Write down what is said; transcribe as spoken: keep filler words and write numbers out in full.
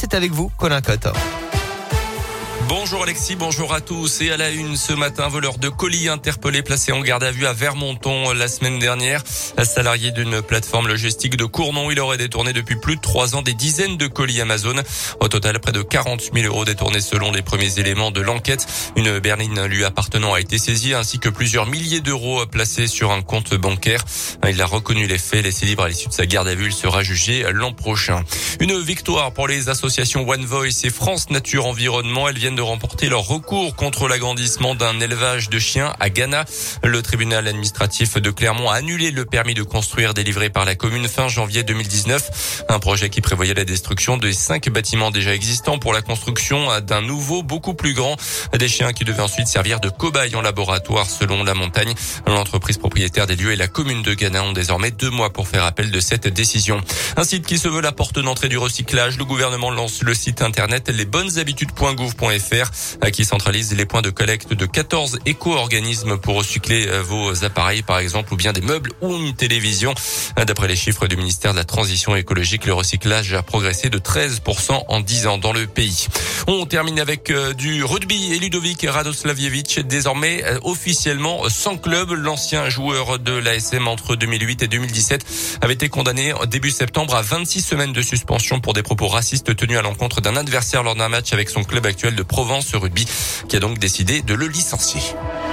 c'est avec vous, Colin Cotte. Bonjour Alexis, bonjour à tous. Et à la une ce matin, voleur de colis interpellé, placé en garde à vue à Vermonton la semaine dernière. Salarié d'une plateforme logistique de Cournon, il aurait détourné depuis plus de trois ans des dizaines de colis Amazon. Au total, près de quarante mille euros détournés selon les premiers éléments de l'enquête. Une berline lui appartenant a été saisie ainsi que plusieurs milliers d'euros placés sur un compte bancaire. Il a reconnu les faits, laissé libre à l'issue de sa garde à vue. Il sera jugé l'an prochain. Une victoire pour les associations One Voice et France Nature Environnement. Elles viennent de remporter leur recours contre l'agrandissement d'un élevage de chiens à Ghana. Le tribunal administratif de Clermont a annulé le permis de construire délivré par la commune fin janvier deux mille dix-neuf. Un projet qui prévoyait la destruction de cinq bâtiments déjà existants pour la construction d'un nouveau, beaucoup plus grand. Des chiens qui devaient ensuite servir de cobayes en laboratoire selon la montagne. L'entreprise propriétaire des lieux et la commune de Ghana ont désormais deux mois pour faire appel de cette décision. Un site qui se veut la porte d'entrée du recyclage. Le gouvernement lance le site internet les bonnes habitudes point gouv point f r qui centralise les points de collecte de quatorze éco-organismes pour recycler vos appareils par exemple ou bien des meubles ou une télévision. D'après les chiffres du ministère de la Transition écologique, le recyclage a progressé de treize pour cent en dix ans dans le pays. On termine avec du rugby et Ludovic Radoslavjevic désormais officiellement sans club. L'ancien joueur de l'A S M entre deux mille huit et deux mille dix-sept avait été condamné début septembre à vingt-six semaines de suspension pour des propos racistes tenus à l'encontre d'un adversaire lors d'un match avec son club actuel de Provence Rugby, qui a donc décidé de le licencier.